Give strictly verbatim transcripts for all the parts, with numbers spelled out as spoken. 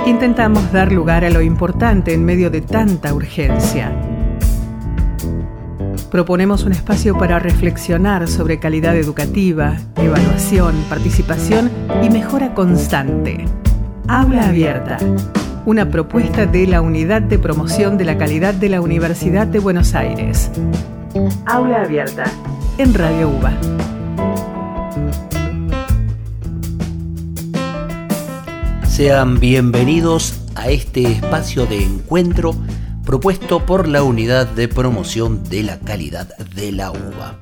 Intentamos dar lugar a lo importante en medio de tanta urgencia. Proponemos un espacio para reflexionar sobre calidad educativa, evaluación, participación y mejora constante. Aula Abierta, una propuesta de la Unidad de Promoción de la Calidad de la Universidad de Buenos Aires. Aula Abierta, en Radio UBA. Sean bienvenidos a este espacio de encuentro propuesto por la Unidad de Promoción de la Calidad de la UBA.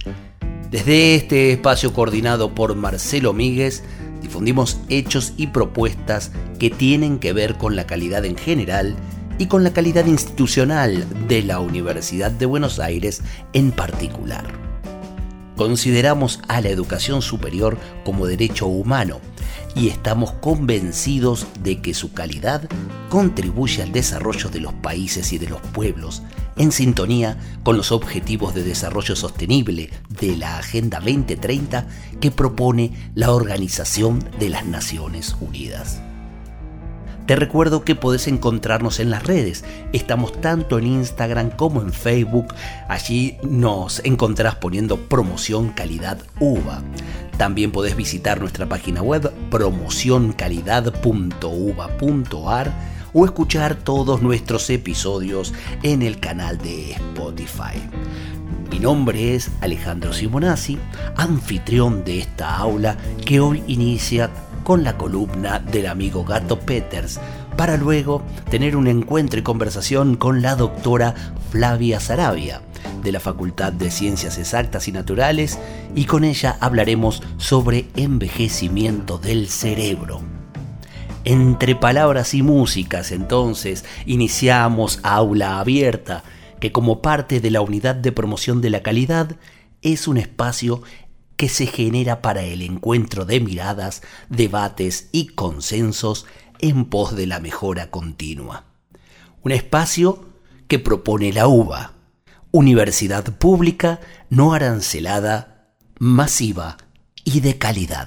Desde este espacio coordinado por Marcelo Míguez, difundimos hechos y propuestas que tienen que ver con la calidad en general y con la calidad institucional de la Universidad de Buenos Aires en particular. Consideramos a la educación superior como derecho humano y estamos convencidos de que su calidad contribuye al desarrollo de los países y de los pueblos, en sintonía con los objetivos de desarrollo sostenible de la Agenda veinte treinta que propone la Organización de las Naciones Unidas. Te recuerdo que podés encontrarnos en las redes. Estamos tanto en Instagram como en Facebook. Allí nos encontrás poniendo Promoción Calidad UBA. También podés visitar nuestra página web promoción calidad punto uba punto ar o escuchar todos nuestros episodios en el canal de Spotify. Mi nombre es Alejandro Simonazzi, anfitrión de esta aula que hoy inicia con la columna del amigo Gato Peters, para luego tener un encuentro y conversación con la doctora Flavia Saravia, de la Facultad de Ciencias Exactas y Naturales, y con ella hablaremos sobre envejecimiento del cerebro. Entre palabras y músicas, entonces, iniciamos Aula Abierta, que como parte de la Unidad de Promoción de la Calidad, es un espacio que se genera para el encuentro de miradas, debates y consensos en pos de la mejora continua. Un espacio que propone la UBA, Universidad Pública no arancelada, masiva y de calidad.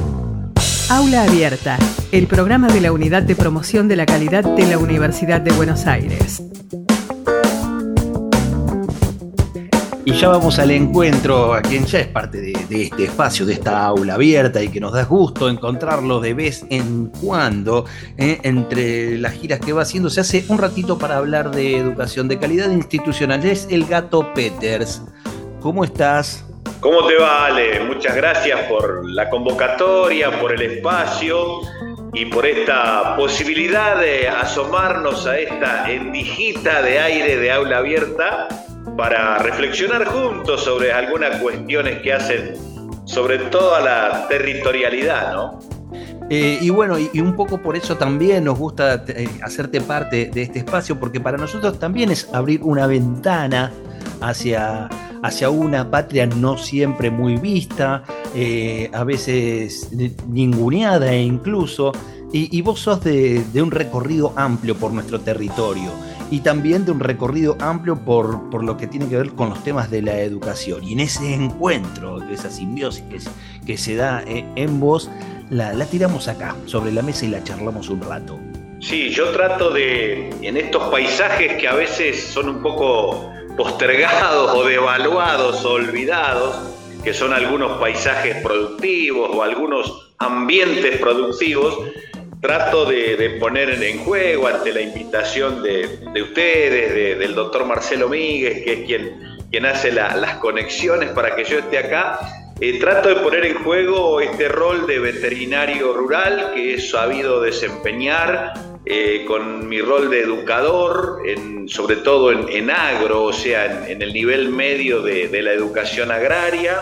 Aula Abierta, el programa de la Unidad de Promoción de la Calidad de la Universidad de Buenos Aires. Y ya vamos al encuentro a quien ya es parte de, de este espacio, de esta aula abierta, y que nos da gusto encontrarlo de vez en cuando, eh, entre las giras que va haciendo. Se hace un ratito para hablar de educación, de calidad institucional. Es el Gato Peters. ¿Cómo estás? ¿Cómo te va, Ale? Muchas gracias por la convocatoria, por el espacio y por esta posibilidad de asomarnos a esta endijita de aire de aula abierta para reflexionar juntos sobre algunas cuestiones que hacen sobre toda la territorialidad, ¿no? Eh, y bueno, y, y un poco por eso también nos gusta eh, hacerte parte de este espacio, porque para nosotros también es abrir una ventana hacia, hacia una patria no siempre muy vista, eh, a veces ninguneada incluso, y, y vos sos de, de un recorrido amplio por nuestro territorio. Y también de un recorrido amplio por, por lo que tiene que ver con los temas de la educación. Y en ese encuentro, esa simbiosis que, que se da en vos, la, la tiramos acá, sobre la mesa, y la charlamos un rato. Sí, yo trato de, en estos paisajes que a veces son un poco postergados o devaluados o olvidados, que son algunos paisajes productivos o algunos ambientes productivos, trato de, de poner en juego, ante la invitación de, de ustedes, de, del doctor Marcelo Míguez, que es quien, quien hace la, las conexiones para que yo esté acá, eh, trato de poner en juego este rol de veterinario rural que he sabido desempeñar eh, con mi rol de educador, en, sobre todo en, en agro, o sea, en, en el nivel medio de, de la educación agraria,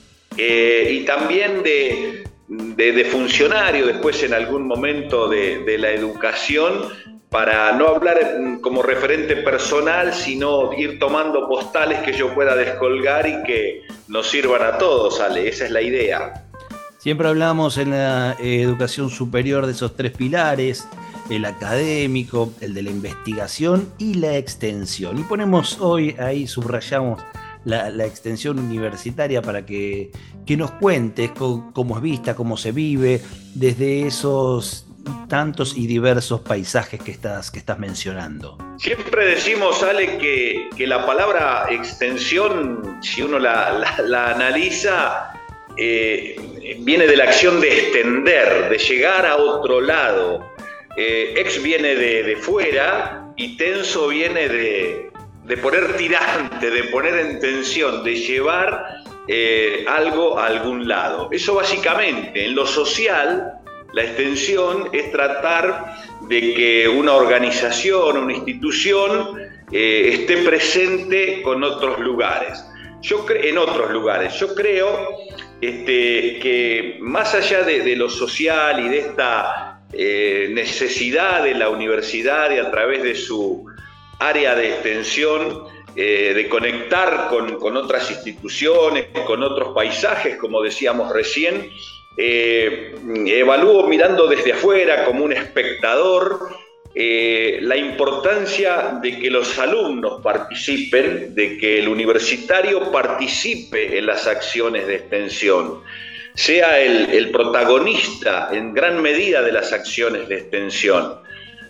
eh, y también de... De, de funcionario después en algún momento de, de la educación, para no hablar como referente personal, sino ir tomando postales que yo pueda descolgar y que nos sirvan a todos, Ale, esa es la idea. Siempre hablamos en la educación superior de esos tres pilares, el académico, el de la investigación y la extensión. Y ponemos hoy, ahí subrayamos la, la extensión universitaria para que, que nos cuentes cómo, cómo es vista, cómo se vive, desde esos tantos y diversos paisajes que estás, que estás mencionando? Siempre decimos, Ale, que, que la palabra extensión, si uno la, la, la analiza, eh, viene de la acción de extender, de llegar a otro lado. Eh, ex viene de, de fuera y tenso viene de, de poner tirante, de poner en tensión, de llevar eh, algo a algún lado. Eso básicamente, en lo social, la extensión es tratar de que una organización, una institución eh, esté presente con otros lugares. Yo cre- en otros lugares. Yo creo este, que más allá de, de lo social y de esta Eh, necesidad de la universidad y a través de su área de extensión eh, de conectar con, con otras instituciones, con otros paisajes, como decíamos recién, eh, evalúo mirando desde afuera como un espectador eh, la importancia de que los alumnos participen, de que el universitario participe en las acciones de extensión, sea el, el protagonista en gran medida de las acciones de extensión.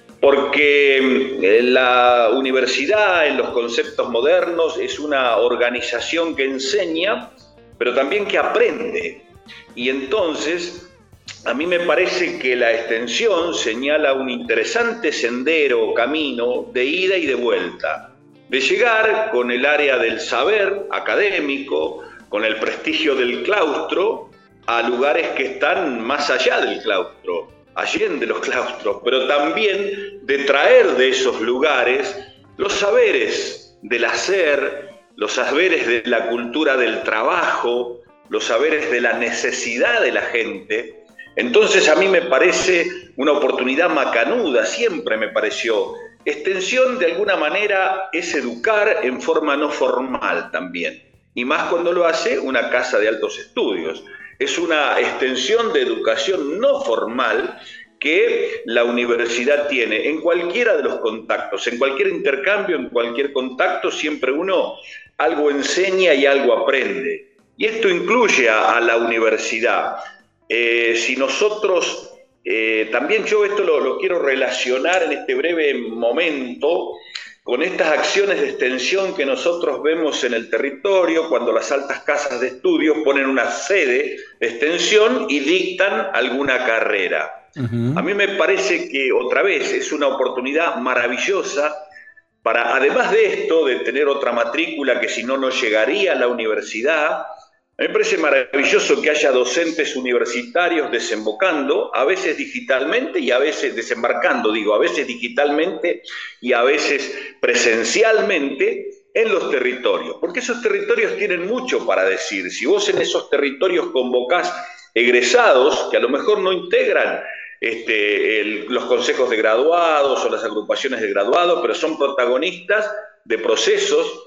Porque la universidad, en los conceptos modernos, es una organización que enseña, pero también que aprende. Y entonces, a mí me parece que la extensión señala un interesante sendero o camino de ida y de vuelta, de llegar con el área del saber académico, con el prestigio del claustro, a lugares que están más allá del claustro, allende los claustros, pero también de traer de esos lugares los saberes del hacer, los saberes de la cultura del trabajo, los saberes de la necesidad de la gente. Entonces a mí me parece una oportunidad macanuda, siempre me pareció. Extensión de alguna manera es educar en forma no formal también, y más cuando lo hace una casa de altos estudios. Es una extensión de educación no formal que la universidad tiene en cualquiera de los contactos, en cualquier intercambio, en cualquier contacto, siempre uno algo enseña y algo aprende. Y esto incluye a, a la universidad. Eh, si nosotros, eh, también yo esto lo, lo quiero relacionar en este breve momento con estas acciones de extensión que nosotros vemos en el territorio cuando las altas casas de estudios ponen una sede de extensión y dictan alguna carrera. Uh-huh. A mí me parece que, otra vez, es una oportunidad maravillosa para, además de esto, de tener otra matrícula que si no, no llegaría a la universidad. A mí me parece maravilloso que haya docentes universitarios desembocando, a veces digitalmente y a veces desembarcando, digo, a veces digitalmente y a veces presencialmente en los territorios, porque esos territorios tienen mucho para decir. Si vos en esos territorios convocás egresados que a lo mejor no integran este, el, los consejos de graduados o las agrupaciones de graduados, pero son protagonistas de procesos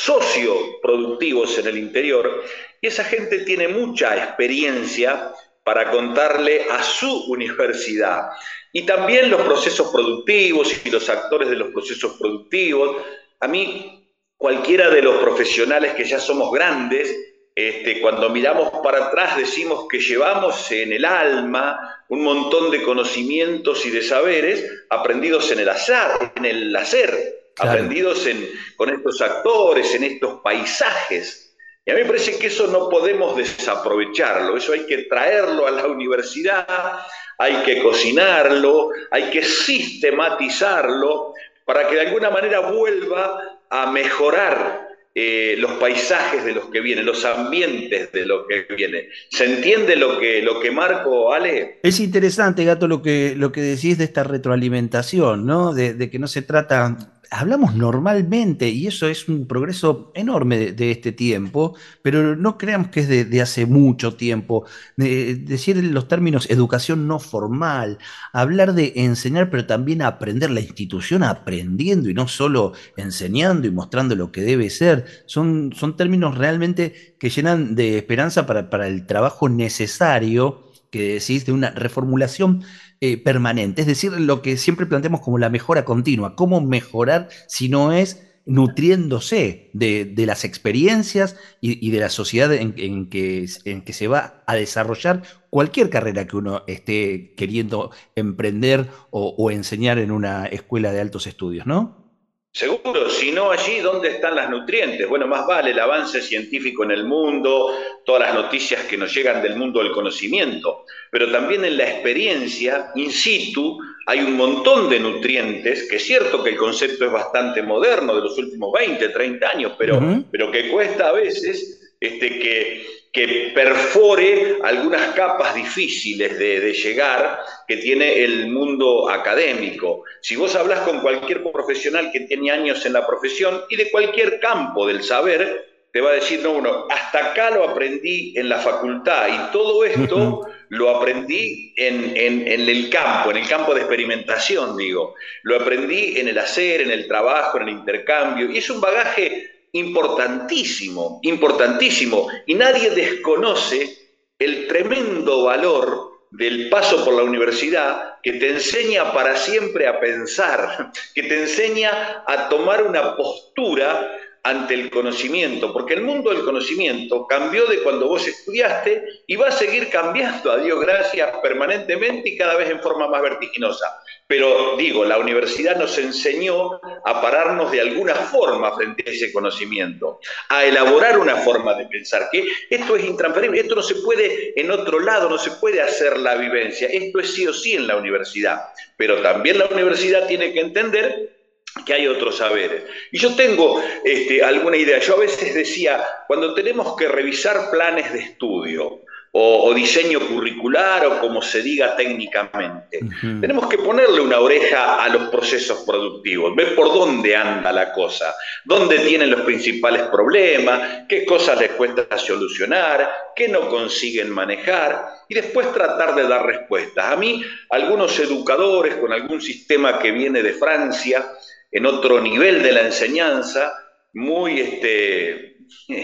socioproductivos en el interior, y esa gente tiene mucha experiencia para contarle a su universidad. Y también los procesos productivos y los actores de los procesos productivos. A mí, cualquiera de los profesionales que ya somos grandes, este, cuando miramos para atrás decimos que llevamos en el alma un montón de conocimientos y de saberes aprendidos en el hacer, en el hacer. Claro. Aprendidos en, con estos actores, en estos paisajes. Y a mí me parece que eso no podemos desaprovecharlo, eso hay que traerlo a la universidad, hay que cocinarlo, hay que sistematizarlo para que de alguna manera vuelva a mejorar eh, los paisajes de los que vienen, los ambientes de los que vienen. ¿Se entiende lo que, lo que marco, Ale? Es interesante, Gato, lo que, lo que decís de esta retroalimentación, ¿no? De, de que no se trata... Hablamos normalmente, y eso es un progreso enorme de, de este tiempo, pero no creamos que es de, de hace mucho tiempo. De, decir en los términos educación no formal, hablar de enseñar, pero también aprender, la institución aprendiendo y no solo enseñando y mostrando lo que debe ser, son, son términos realmente que llenan de esperanza para, para el trabajo necesario que decís de una reformulación Eh, permanente, es decir, lo que siempre planteamos como la mejora continua. ¿Cómo mejorar si no es nutriéndose de, de las experiencias y, y de la sociedad en, en, que, en que se va a desarrollar cualquier carrera que uno esté queriendo emprender o, o enseñar en una escuela de altos estudios, ¿no? Seguro, si no allí, ¿dónde están las nutrientes? Bueno, más vale el avance científico en el mundo, todas las noticias que nos llegan del mundo del conocimiento, pero también en la experiencia in situ hay un montón de nutrientes, que es cierto que el concepto es bastante moderno, de los últimos veinte, treinta años, pero, Uh-huh. pero que cuesta a veces este, que, que perfore algunas capas difíciles de, de llegar que tiene el mundo académico. Si vos hablás con cualquier profesional que tiene años en la profesión y de cualquier campo del saber, te va a decir, no, bueno, hasta acá lo aprendí en la facultad y todo esto Uh-huh. lo aprendí en, en, en el campo, en el campo de experimentación, digo. Lo aprendí en el hacer, en el trabajo, en el intercambio, y es un bagaje importantísimo, importantísimo, y nadie desconoce el tremendo valor del paso por la universidad, que te enseña para siempre a pensar, que te enseña a tomar una postura ante el conocimiento, porque el mundo del conocimiento cambió de cuando vos estudiaste y va a seguir cambiando, a Dios gracias, permanentemente y cada vez en forma más vertiginosa. Pero digo, la universidad nos enseñó a pararnos de alguna forma frente a ese conocimiento, a elaborar una forma de pensar, que esto es intransferible, esto no se puede en otro lado, no se puede hacer la vivencia, esto es sí o sí en la universidad, pero también la universidad tiene que entender que hay otros saberes. Y yo tengo este, alguna idea. Yo a veces decía, cuando tenemos que revisar planes de estudio o, o diseño curricular o como se diga técnicamente, Uh-huh. tenemos que ponerle una oreja a los procesos productivos, ver por dónde anda la cosa, dónde tienen los principales problemas, qué cosas les cuesta solucionar, qué no consiguen manejar, y después tratar de dar respuestas. A mí, algunos educadores con algún sistema que viene de Francia, en otro nivel de la enseñanza, muy, este,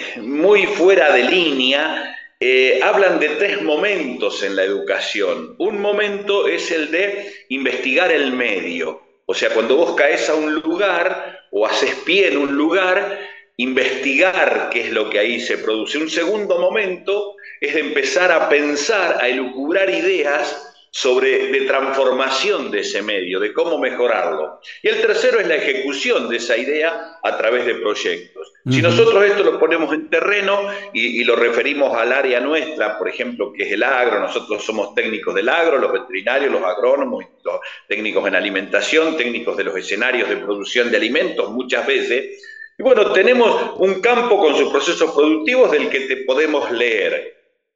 muy fuera de línea, eh, hablan de tres momentos en la educación. Un momento es el de investigar el medio, o sea, cuando vos caes a un lugar o haces pie en un lugar, investigar qué es lo que ahí se produce. Un segundo momento es de empezar a pensar, a elucubrar ideas sobre de transformación de ese medio, de cómo mejorarlo. Y el tercero es la ejecución de esa idea a través de proyectos. Uh-huh. Si nosotros esto lo ponemos en terreno y, y lo referimos al área nuestra, por ejemplo, que es el agro, nosotros somos técnicos del agro, los veterinarios, los agrónomos, los técnicos en alimentación, técnicos de los escenarios de producción de alimentos muchas veces, y bueno, tenemos un campo con sus procesos productivos del que te podemos leer.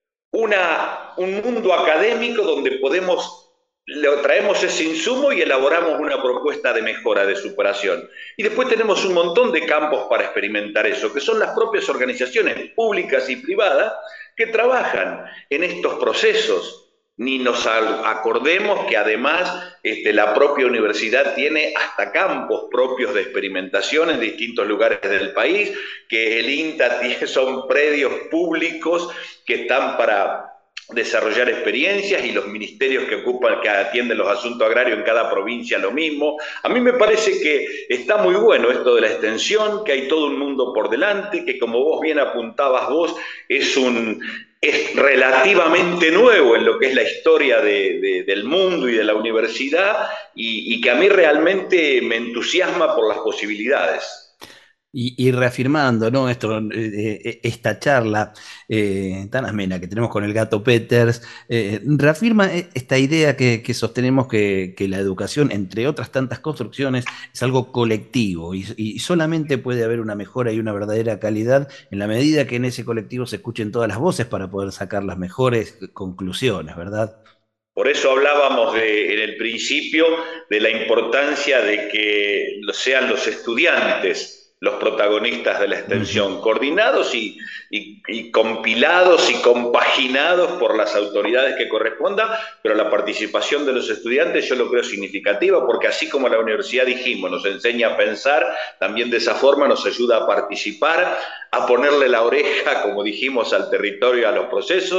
Una, un mundo académico donde podemos, le traemos ese insumo y elaboramos una propuesta de mejora, de superación. Y después tenemos un montón de campos para experimentar eso, que son las propias organizaciones públicas y privadas que trabajan en estos procesos. Ni nos acordemos que además este, la propia universidad tiene hasta campos propios de experimentación en distintos lugares del país, que el INTA tiene, son predios públicos que están para desarrollar experiencias, y los ministerios que ocupan, que atienden los asuntos agrarios en cada provincia lo mismo. A mí me parece que está muy bueno esto de la extensión, que hay todo un mundo por delante, que como vos bien apuntabas vos, es un... es relativamente nuevo en lo que es la historia de, de, del mundo y de la universidad, y, y que a mí realmente me entusiasma por las posibilidades. Y, y reafirmando, ¿no? Esto, eh, esta charla eh, tan amena que tenemos con el Gato Peters, eh, reafirma esta idea que, que sostenemos que, que la educación, entre otras tantas construcciones, es algo colectivo y, y solamente puede haber una mejora y una verdadera calidad en la medida que en ese colectivo se escuchen todas las voces para poder sacar las mejores conclusiones, ¿verdad? Por eso hablábamos de, en el principio de la importancia de que sean los estudiantes los protagonistas de la extensión, uh-huh. coordinados y, y, y compilados y compaginados por las autoridades que correspondan, pero la participación de los estudiantes yo lo creo significativa, porque así como la universidad, dijimos, nos enseña a pensar, también de esa forma nos ayuda a participar, a ponerle la oreja, como dijimos, al territorio, a los procesos,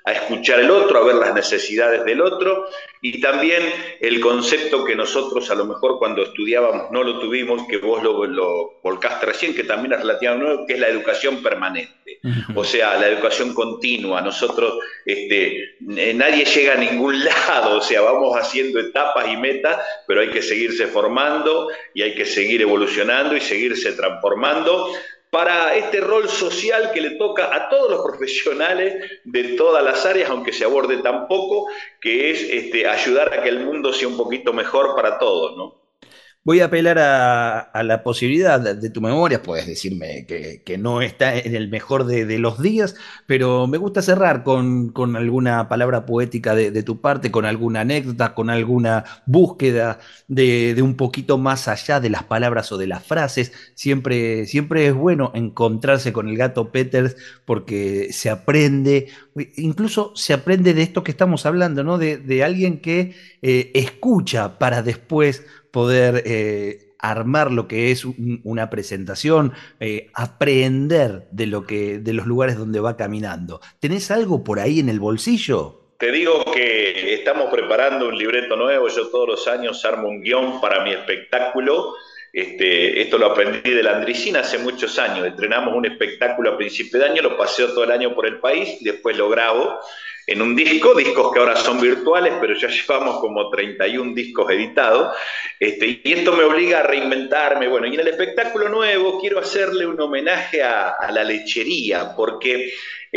a escuchar el otro, a ver las necesidades del otro, y también el concepto que nosotros a lo mejor cuando estudiábamos no lo tuvimos, que vos lo, lo volcaste recién, que también es relativamente nuevo, que es la educación permanente, o sea, la educación continua. Nosotros, este, nadie llega a ningún lado, o sea, vamos haciendo etapas y metas, pero hay que seguirse formando y hay que seguir evolucionando y seguirse transformando para este rol social que le toca a todos los profesionales de todas las áreas, aunque se aborde tan poco, que es este, ayudar a que el mundo sea un poquito mejor para todos, ¿no? Voy a apelar a, a la posibilidad de, de tu memoria, puedes decirme que, que no está en el mejor de, de los días, pero me gusta cerrar con, con alguna palabra poética de, de tu parte, con alguna anécdota, con alguna búsqueda de, de un poquito más allá de las palabras o de las frases. Siempre, siempre es bueno encontrarse con el gato Peters porque se aprende, incluso se aprende de esto que estamos hablando, ¿no? De, de alguien que eh, escucha para después poder eh, armar lo que es un, una presentación, eh, aprender de, lo que, de los lugares donde va caminando. ¿Tenés algo por ahí en el bolsillo? Te digo que estamos preparando un libreto nuevo. Yo todos los años armo un guión para mi espectáculo. Este, esto lo aprendí de la Andricina hace muchos años. Entrenamos un espectáculo a principio de año, lo paseo todo el año por el país, después lo grabo en un disco, discos que ahora son virtuales, pero ya llevamos como treinta y un discos editados, este, y esto me obliga a reinventarme. Bueno, y en el espectáculo nuevo quiero hacerle un homenaje a, a la lechería, porque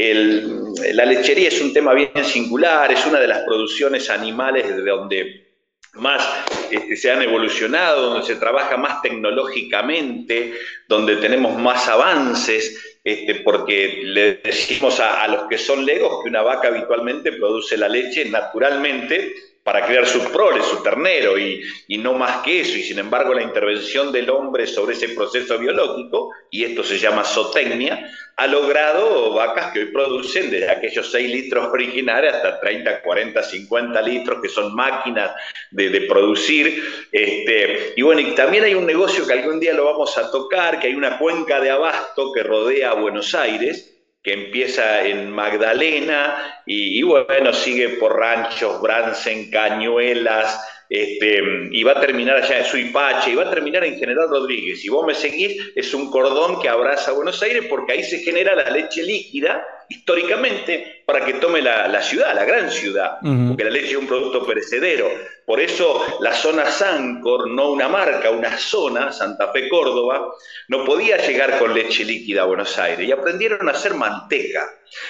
el, la lechería es un tema bien singular, es una de las producciones animales de donde más este, se han evolucionado, donde se trabaja más tecnológicamente, donde tenemos más avances, este, porque le decimos a, a los que son legos que una vaca habitualmente produce la leche naturalmente para crear su prole, su ternero, y, y no más que eso. Y sin embargo la intervención del hombre sobre ese proceso biológico, y esto se llama zootecnia, ha logrado vacas que hoy producen desde aquellos seis litros originales hasta treinta, cuarenta, cincuenta litros, que son máquinas de, de producir. Este, y bueno, y también hay un negocio que algún día lo vamos a tocar, que hay una cuenca de abasto que rodea a Buenos Aires, que empieza en Magdalena y, y bueno, sigue por Ranchos, Bransen, Cañuelas, este, y va a terminar allá en Suipacha, y va a terminar en General Rodríguez. Si vos me seguís, es un cordón que abraza a Buenos Aires, porque ahí se genera la leche líquida, históricamente, para que tome la, la ciudad, la gran ciudad, uh-huh. Porque la leche es un producto perecedero. Por eso la zona Sancor, no una marca, una zona, Santa Fe, Córdoba, no podía llegar con leche líquida a Buenos Aires, y aprendieron a hacer manteca.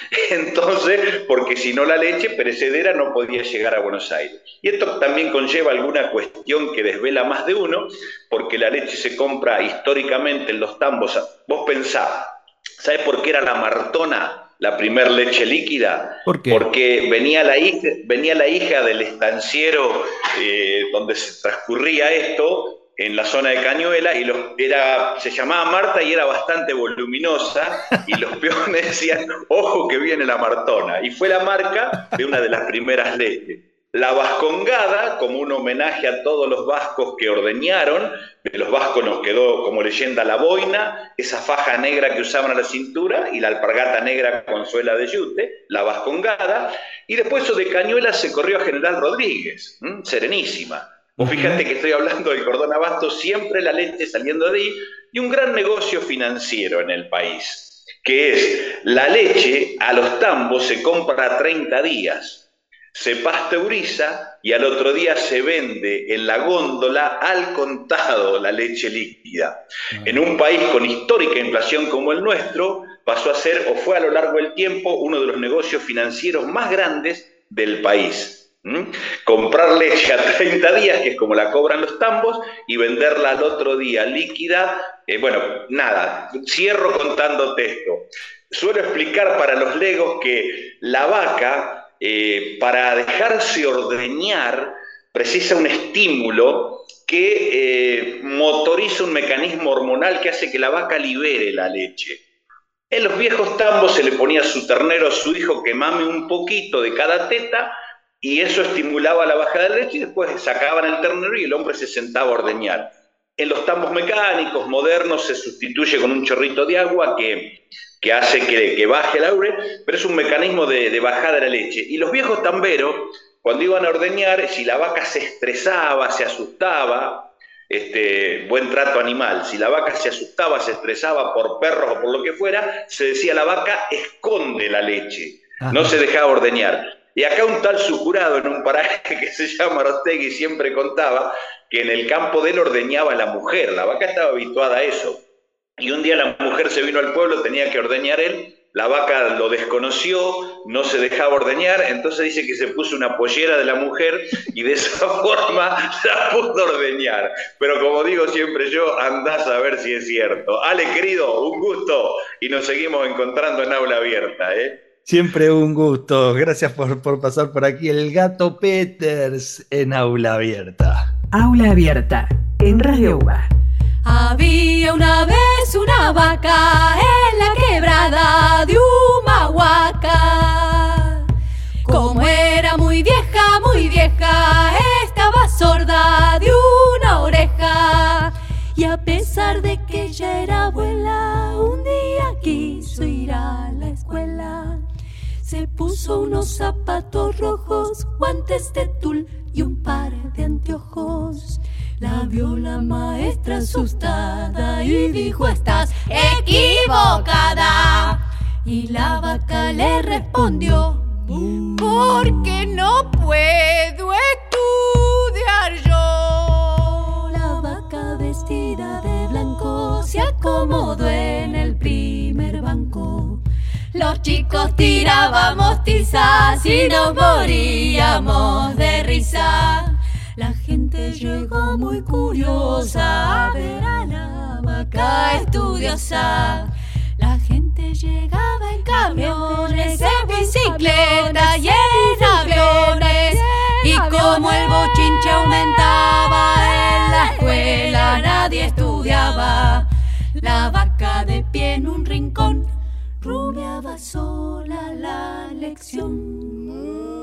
Entonces, porque si no la leche perecedera no podía llegar a Buenos Aires. Y esto también conlleva alguna cuestión que desvela más de uno, porque la leche se compra históricamente en los tambos. Vos pensá, ¿sabés por qué era la Martona la primer leche líquida? ¿Por qué? Porque venía la hija, venía la hija del estanciero eh, donde se transcurría esto, en la zona de Cañuelas, y los, era, se llamaba Marta y era bastante voluminosa, y los peones decían, ojo que viene la Martona, y fue la marca de una de las primeras leches. La vascongada, como un homenaje a todos los vascos que ordeñaron. De los vascos nos quedó como leyenda la boina, esa faja negra que usaban a la cintura, y la alpargata negra con suela de yute, la vascongada, y después eso de Cañuelas se corrió a General Rodríguez, ¿m? Serenísima. Vos fíjate que estoy hablando del cordón abasto, siempre la leche saliendo de ahí, y un gran negocio financiero en el país, que es la leche a los tambos se compra a treinta días. Se pasteuriza y al otro día se vende en la góndola al contado la leche líquida. En un país con histórica inflación como el nuestro, pasó a ser, o fue a lo largo del tiempo, uno de los negocios financieros más grandes del país. ¿Mm? Comprar leche a treinta días, que es como la cobran los tambos, y venderla al otro día líquida. Eh, bueno, nada, cierro contándote esto. Suelo explicar para los legos que la vaca, Eh, para dejarse ordeñar, precisa un estímulo que eh, motoriza un mecanismo hormonal que hace que la vaca libere la leche. En los viejos tambos se le ponía a su ternero, a su hijo, que mame un poquito de cada teta, y eso estimulaba la bajada de leche, y después sacaban el ternero y el hombre se sentaba a ordeñar. En los tambos mecánicos modernos se sustituye con un chorrito de agua que, que hace que, que baje el aure, pero es un mecanismo de, de bajada de la leche. Y los viejos tamberos, cuando iban a ordeñar, si la vaca se estresaba, se asustaba, este, buen trato animal, si la vaca se asustaba, se estresaba por perros o por lo que fuera, se decía la vaca esconde la leche, Ajá. no se dejaba ordeñar. Y acá un tal Sucurado en un paraje que se llama Arostegui siempre contaba que en el campo de él ordeñaba la mujer, la vaca estaba habituada a eso. Y un día la mujer se vino al pueblo, tenía que ordeñar él, la vaca lo desconoció, no se dejaba ordeñar, entonces dice que se puso una pollera de la mujer y de esa forma la pudo ordeñar. Pero como digo siempre yo, andás a ver si es cierto. Ale, querido, un gusto y nos seguimos encontrando en Aula Abierta, ¿eh? Siempre un gusto, gracias por, por pasar por aquí. El Gato Peters en Aula Abierta. Aula Abierta, en Radio UBA. Había una vez una vaca en la quebrada de Humahuaca. Como era muy vieja, muy vieja, estaba sorda de una oreja. Y a pesar de que ella era abuela, un día quiso ir a la escuela. Se puso unos zapatos rojos, guantes de tul y un par de anteojos. La vio la maestra asustada y dijo: estás equivocada. Y la vaca le respondió: porque no puedo estudiar yo. La vaca vestida de blanco se acomodó en el primer banco. Los chicos tirábamos tizas y nos moríamos de risa. La gente llegó muy curiosa a ver a la vaca estudiosa. La gente llegaba en camiones, en bicicletas y en aviones. Y como el bochinche aumentaba en la escuela, nadie estudiaba. La vaca de pie en un rincón rumiaba sola la lección.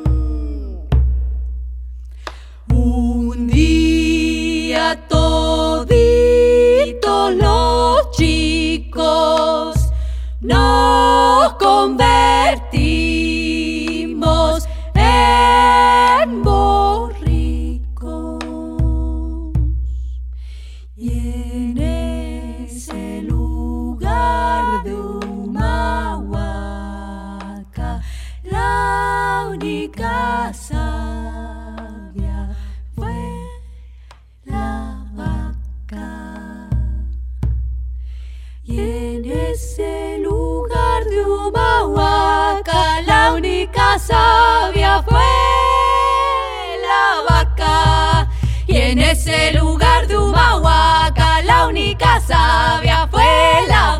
Un día toditos los chicos nos convertimos en borricos. Y en ese lugar de Humahuaca, la única sabia fue la vaca. Y en ese lugar de Humahuaca, la única sabia fue la vaca. Y en ese lugar de Humahuaca, la única sabia fue la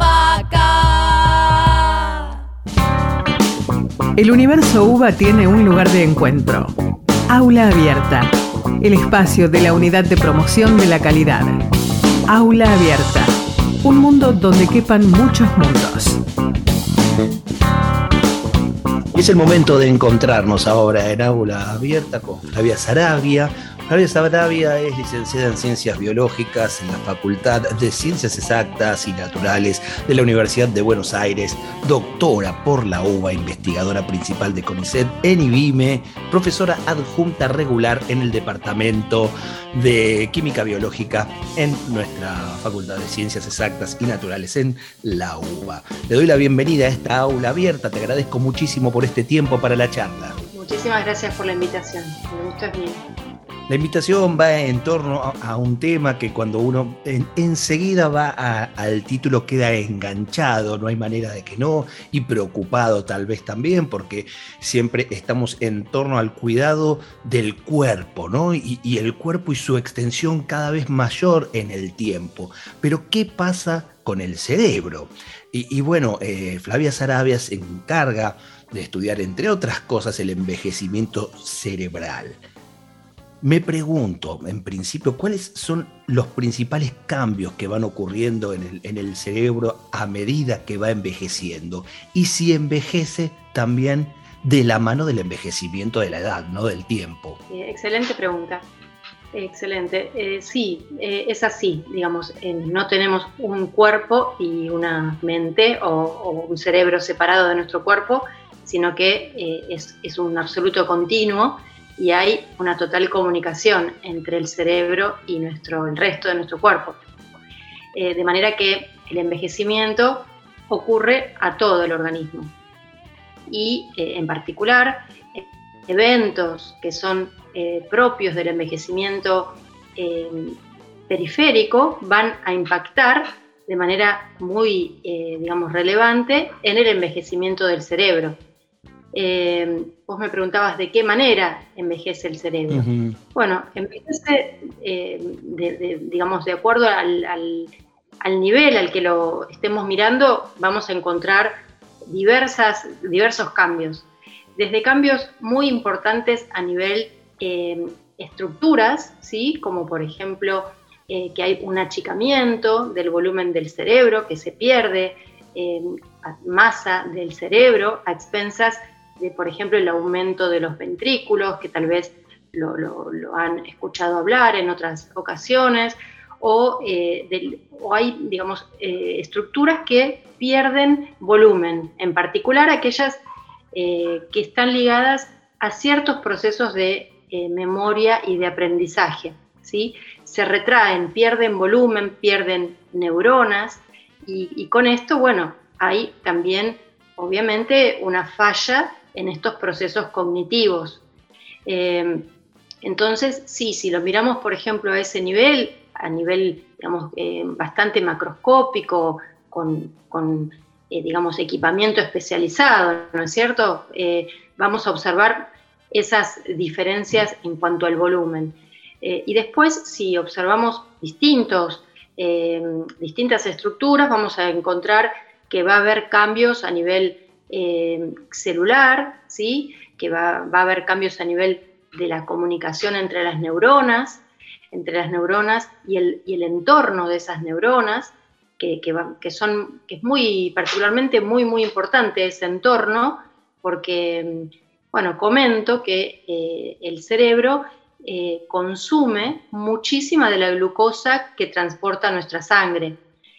vaca. El universo UBA tiene un lugar de encuentro. Aula Abierta, el espacio de la Unidad de Promoción de la Calidad. Aula Abierta, un mundo donde quepan muchos mundos. Es el momento de encontrarnos ahora en Aula Abierta con Flavia Saravia. Flavia Saravia es licenciada en Ciencias Biológicas en la Facultad de Ciencias Exactas y Naturales de la Universidad de Buenos Aires, doctora por la UBA, investigadora principal de CONICET en IBIME, profesora adjunta regular en el Departamento de Química Biológica en nuestra Facultad de Ciencias Exactas y Naturales en la UBA. Le doy la bienvenida a esta Aula Abierta, te agradezco muchísimo por este tiempo para la charla. Muchísimas gracias por la invitación, el gusto es mío. La invitación va en torno a, a un tema que cuando uno en, enseguida va a, al título queda enganchado, no hay manera de que no, y preocupado tal vez también, porque siempre estamos en torno al cuidado del cuerpo, ¿no? Y, y el cuerpo y su extensión cada vez mayor en el tiempo. Pero ¿qué pasa con el cerebro? Y, y bueno, eh, Flavia Saravia se encarga de estudiar, entre otras cosas, el envejecimiento cerebral. Me pregunto, en principio, ¿cuáles son los principales cambios que van ocurriendo en el, en el cerebro a medida que va envejeciendo? Y si envejece también de la mano del envejecimiento de la edad, no del tiempo. Sí, excelente pregunta. Excelente. Eh, sí, eh, es así, digamos, eh, no tenemos un cuerpo y una mente o, o un cerebro separado de nuestro cuerpo, sino que eh, es, es un absoluto continuo y hay una total comunicación entre el cerebro y nuestro, el resto de nuestro cuerpo. Eh, de manera que el envejecimiento ocurre a todo el organismo. Y eh, en particular, eh, eventos que son eh, propios del envejecimiento eh, periférico van a impactar de manera muy, eh, digamos, relevante en el envejecimiento del cerebro. Eh, vos me preguntabas de qué manera envejece el cerebro. Uh-huh. Bueno, envejece, eh, de, de, digamos, de acuerdo al, al, al nivel al que lo estemos mirando, vamos a encontrar diversas, diversos cambios. Desde cambios muy importantes a nivel eh, estructuras, ¿sí? Como por ejemplo eh, que hay un achicamiento del volumen del cerebro, que se pierde eh, masa del cerebro a expensas de, por ejemplo, el aumento de los ventrículos, que tal vez lo, lo, lo han escuchado hablar en otras ocasiones, o, eh, del, o hay, digamos, eh, estructuras que pierden volumen, en particular aquellas eh, que están ligadas a ciertos procesos de eh, memoria y de aprendizaje, ¿sí? Se retraen, pierden volumen, pierden neuronas, y, y con esto, bueno, hay también, obviamente, una falla en estos procesos cognitivos. Eh, entonces, sí, si lo miramos, por ejemplo, a ese nivel, a nivel, digamos, eh, bastante macroscópico, con, con eh, digamos, equipamiento especializado, ¿no es cierto? Eh, vamos a observar esas diferencias en cuanto al volumen. Eh, y después, si observamos distintos, eh, distintas estructuras, vamos a encontrar que va a haber cambios a nivel eh, celular, ¿sí? Que va, va a haber cambios a nivel de la comunicación entre las neuronas, entre las neuronas y el, y el entorno de esas neuronas, que, que, va, que, son, que es muy, particularmente muy, muy importante ese entorno, porque, bueno, comento que eh, el cerebro eh, consume muchísima de la glucosa que transporta nuestra sangre.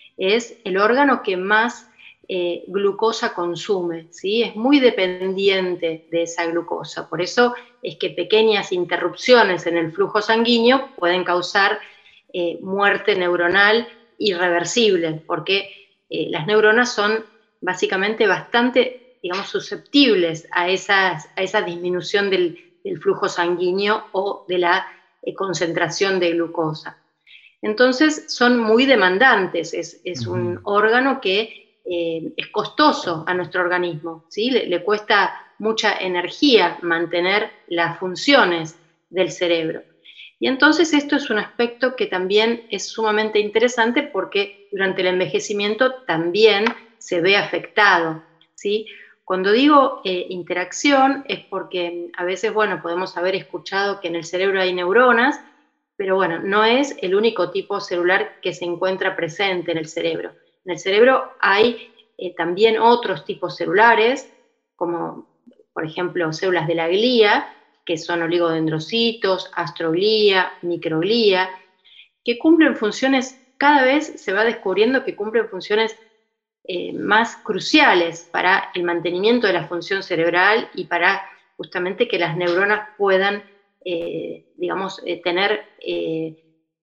Es el órgano que más eh, glucosa consume, ¿sí? Es muy dependiente de esa glucosa, por eso es que pequeñas interrupciones en el flujo sanguíneo pueden causar eh, muerte neuronal irreversible, porque eh, las neuronas son básicamente bastante, digamos, susceptibles a, esas, a esa disminución del, del flujo sanguíneo o de la eh, concentración de glucosa. Entonces son muy demandantes, es, es uh-huh. un órgano que eh, es costoso a nuestro organismo, ¿sí? Le, le cuesta mucha energía mantener las funciones del cerebro. Y entonces esto es un aspecto que también es sumamente interesante porque durante el envejecimiento también se ve afectado, ¿sí? Cuando digo eh, interacción es porque a veces, bueno, podemos haber escuchado que en el cerebro hay neuronas, pero bueno, no es el único tipo celular que se encuentra presente en el cerebro. En el cerebro hay eh, también otros tipos celulares, como por ejemplo células de la glía, que son oligodendrocitos, astroglía, microglía, que cumplen funciones, cada vez se va descubriendo que cumplen funciones eh, más cruciales para el mantenimiento de la función cerebral y para justamente que las neuronas puedan, eh, digamos, eh, tener eh,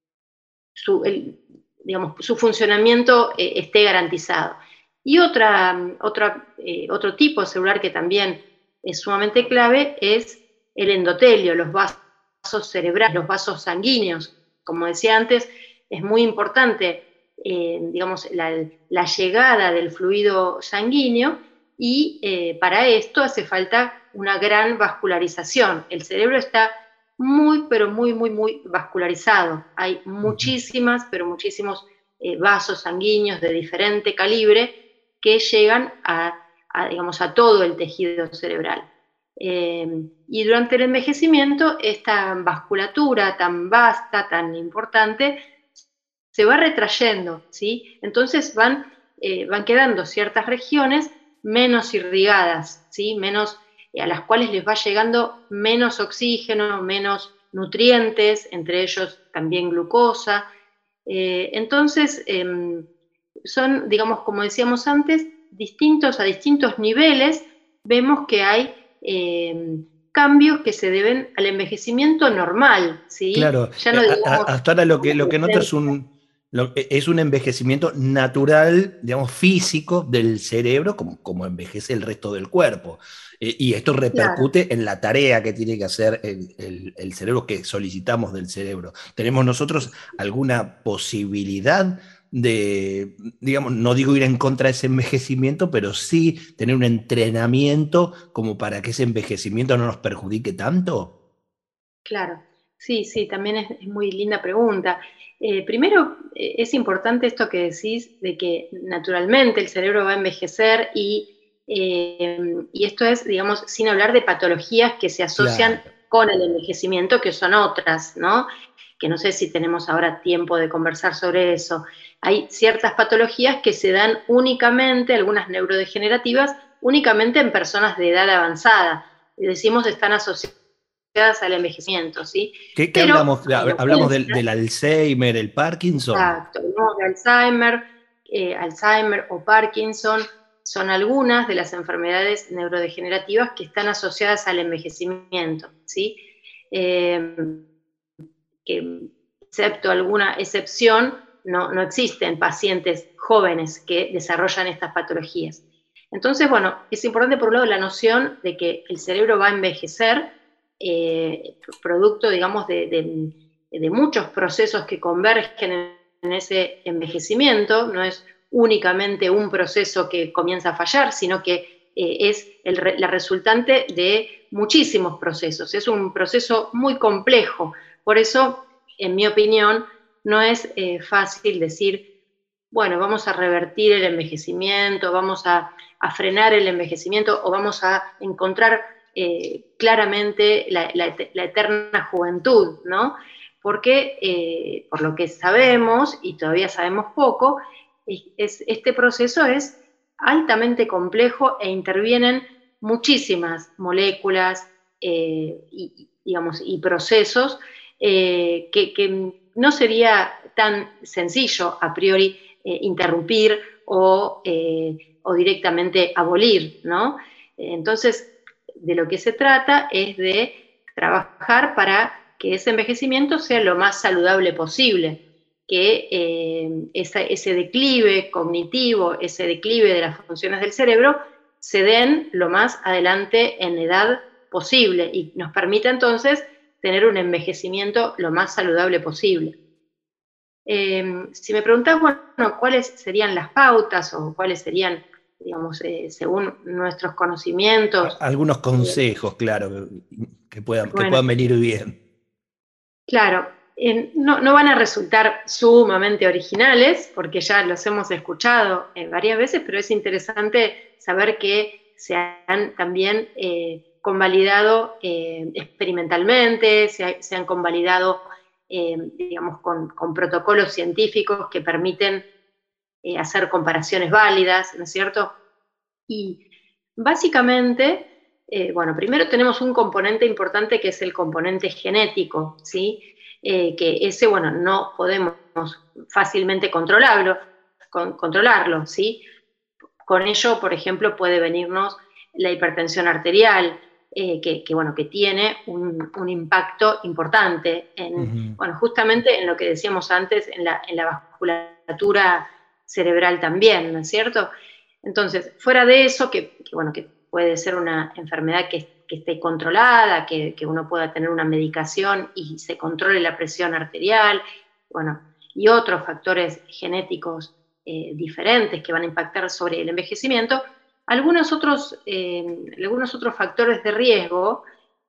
su, el, digamos, su funcionamiento eh, esté garantizado. Y otra, otra, eh, otro tipo celular que también es sumamente clave es el endotelio, los vasos cerebrales, los vasos sanguíneos. Como decía antes, es muy importante, eh, digamos, la, la llegada del fluido sanguíneo y eh, para esto hace falta una gran vascularización. El cerebro está muy, pero muy, muy, muy vascularizado. Hay muchísimas, pero muchísimos eh, vasos sanguíneos de diferente calibre que llegan a, a, digamos, a todo el tejido cerebral. Eh, y durante el envejecimiento esta vasculatura tan vasta, tan importante, se va retrayendo, ¿sí? Entonces van, eh, van quedando ciertas regiones menos irrigadas, ¿sí? Menos, eh, a las cuales les va llegando menos oxígeno, menos nutrientes, entre ellos también glucosa. Eh, entonces, eh, son, digamos, como decíamos antes, distintos a distintos niveles, vemos que hay eh, cambios que se deben al envejecimiento normal, ¿sí? Claro, Ya eh, no a- digamos, a- hasta ahora lo que, lo que noto es un, lo- e, es un envejecimiento natural, digamos, físico del cerebro, como, como envejece el resto del cuerpo. Eh, y esto claro, repercute en la tarea que tiene que hacer el, el- el cerebro, que solicitamos del cerebro. ¿Tenemos nosotros alguna posibilidad de, digamos, no digo ir en contra de ese envejecimiento, pero sí tener un entrenamiento como para que ese envejecimiento no nos perjudique tanto? claro. Sí, sí, también es, es muy linda pregunta. Eh, primero, eh, es importante esto que decís de que naturalmente el cerebro va a envejecer y, eh, y esto es, digamos, sin hablar de patologías que se asocian Claro. con el envejecimiento, que son otras, ¿no? Que no sé si tenemos ahora tiempo de conversar sobre eso. Hay ciertas patologías que se dan únicamente, algunas neurodegenerativas, únicamente en personas de edad avanzada. Y decimos están asociadas al envejecimiento, ¿sí? ¿Qué, qué Pero hablamos? en Hablamos del, ausencia, del Alzheimer, el Parkinson. exacto, hablamos de Alzheimer, eh, Alzheimer o Parkinson, son algunas de las enfermedades neurodegenerativas que están asociadas al envejecimiento, ¿sí? Eh, que, excepto alguna excepción, no, no existen pacientes jóvenes que desarrollan estas patologías. Entonces, bueno, es importante por un lado la noción de que el cerebro va a envejecer, eh, producto, digamos, de, de, de muchos procesos que convergen en, en ese envejecimiento, no es únicamente un proceso que comienza a fallar, sino que eh, es el, la resultante de muchísimos procesos, es un proceso muy complejo. Por eso, en mi opinión, no es eh, fácil decir, bueno, vamos a revertir el envejecimiento, vamos a, a frenar el envejecimiento o vamos a encontrar eh, claramente la, la, la, eterna juventud, ¿no? Porque, eh, por lo que sabemos, y todavía sabemos poco, es, es, este proceso es altamente complejo e intervienen muchísimas moléculas eh, y, digamos, y procesos eh, que, que no sería tan sencillo a priori eh, interrumpir o, eh, o directamente abolir, ¿no? Entonces, de lo que se trata es de trabajar para que ese envejecimiento sea lo más saludable posible, que eh, esa, ese declive cognitivo, ese declive de las funciones del cerebro, se den lo más adelante en edad posible y nos permita entonces tener un envejecimiento lo más saludable posible. Eh, si me preguntás, bueno, cuáles serían las pautas o cuáles serían, digamos, eh, según nuestros conocimientos. Algunos Eh, consejos, claro, que puedan, que bueno, puedan venir bien. claro, eh, no, no van a resultar sumamente originales, porque ya los hemos escuchado eh, varias veces, pero es interesante saber que se han también eh, convalidado eh, experimentalmente, se, ha, se, han convalidado, eh, digamos, con, con protocolos científicos que permiten eh, hacer comparaciones válidas, ¿no es cierto? Y básicamente, eh, bueno, primero tenemos un componente importante que es el componente genético, ¿sí? Eh, que ese, bueno, no podemos fácilmente controlarlo, con, controlarlo, ¿sí? Con ello, por ejemplo, puede venirnos la hipertensión arterial, eh, que, que, bueno, que tiene un, un impacto importante en, Uh-huh. bueno, justamente en lo que decíamos antes, en la, en la vasculatura cerebral también, ¿no es cierto? Entonces, fuera de eso, que, que, bueno, que puede ser una enfermedad que, que esté controlada, que, que uno pueda tener una medicación y se controle la presión arterial, bueno, y otros factores genéticos eh, diferentes que van a impactar sobre el envejecimiento, algunos otros, eh, algunos otros factores de riesgo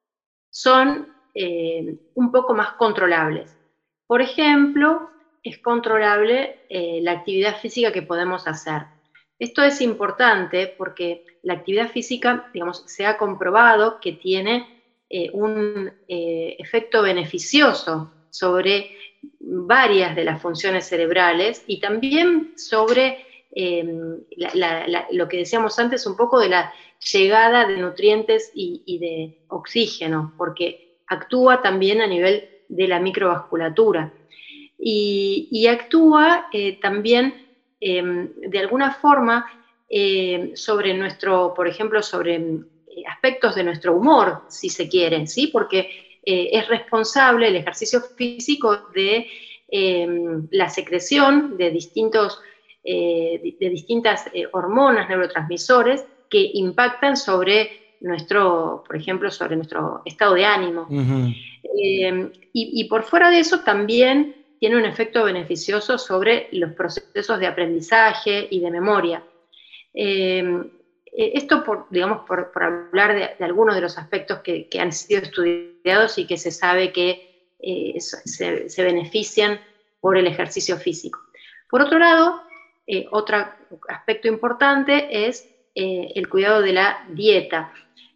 son eh, un poco más controlables. Por ejemplo, es controlable eh, la actividad física que podemos hacer. Esto es importante porque la actividad física, digamos, se ha comprobado que tiene eh, un eh, efecto beneficioso sobre varias de las funciones cerebrales y también sobre eh, la, la, la, lo que decíamos antes, un poco de la llegada de nutrientes y, y de oxígeno, porque actúa también a nivel de la microvasculatura y, y actúa eh, también eh, de alguna forma eh, sobre nuestro, por ejemplo, sobre eh, aspectos de nuestro humor, si se quiere, ¿sí? Porque eh, es responsable el ejercicio físico de eh, la secreción de, distintos, eh, de, de distintas eh, hormonas, neurotransmisores que impactan sobre nuestro, por ejemplo, sobre nuestro estado de ánimo. Uh-huh. Eh, y, y por fuera de eso también tiene un efecto beneficioso sobre los procesos de aprendizaje y de memoria. Eh, esto, por, digamos, por, por hablar de, de algunos de los aspectos que, que han sido estudiados y que se sabe que eh, se, se benefician por el ejercicio físico. Por otro lado, eh, otro aspecto importante es eh, el cuidado de la dieta.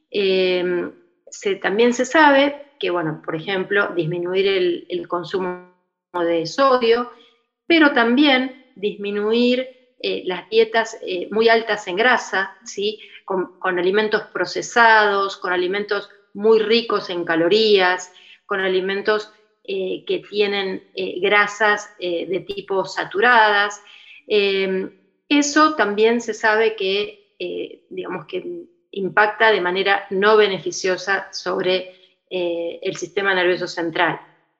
Eh, se, también se sabe que, bueno, por ejemplo, disminuir el, el consumo de sodio, pero también disminuir eh, las dietas eh, muy altas en grasa, ¿sí? con, con alimentos procesados, con alimentos muy ricos en calorías, con alimentos eh, que tienen eh, grasas eh, de tipo saturadas. Eh, eso también se sabe que, eh, digamos que impacta de manera no beneficiosa sobre eh, el sistema nervioso central.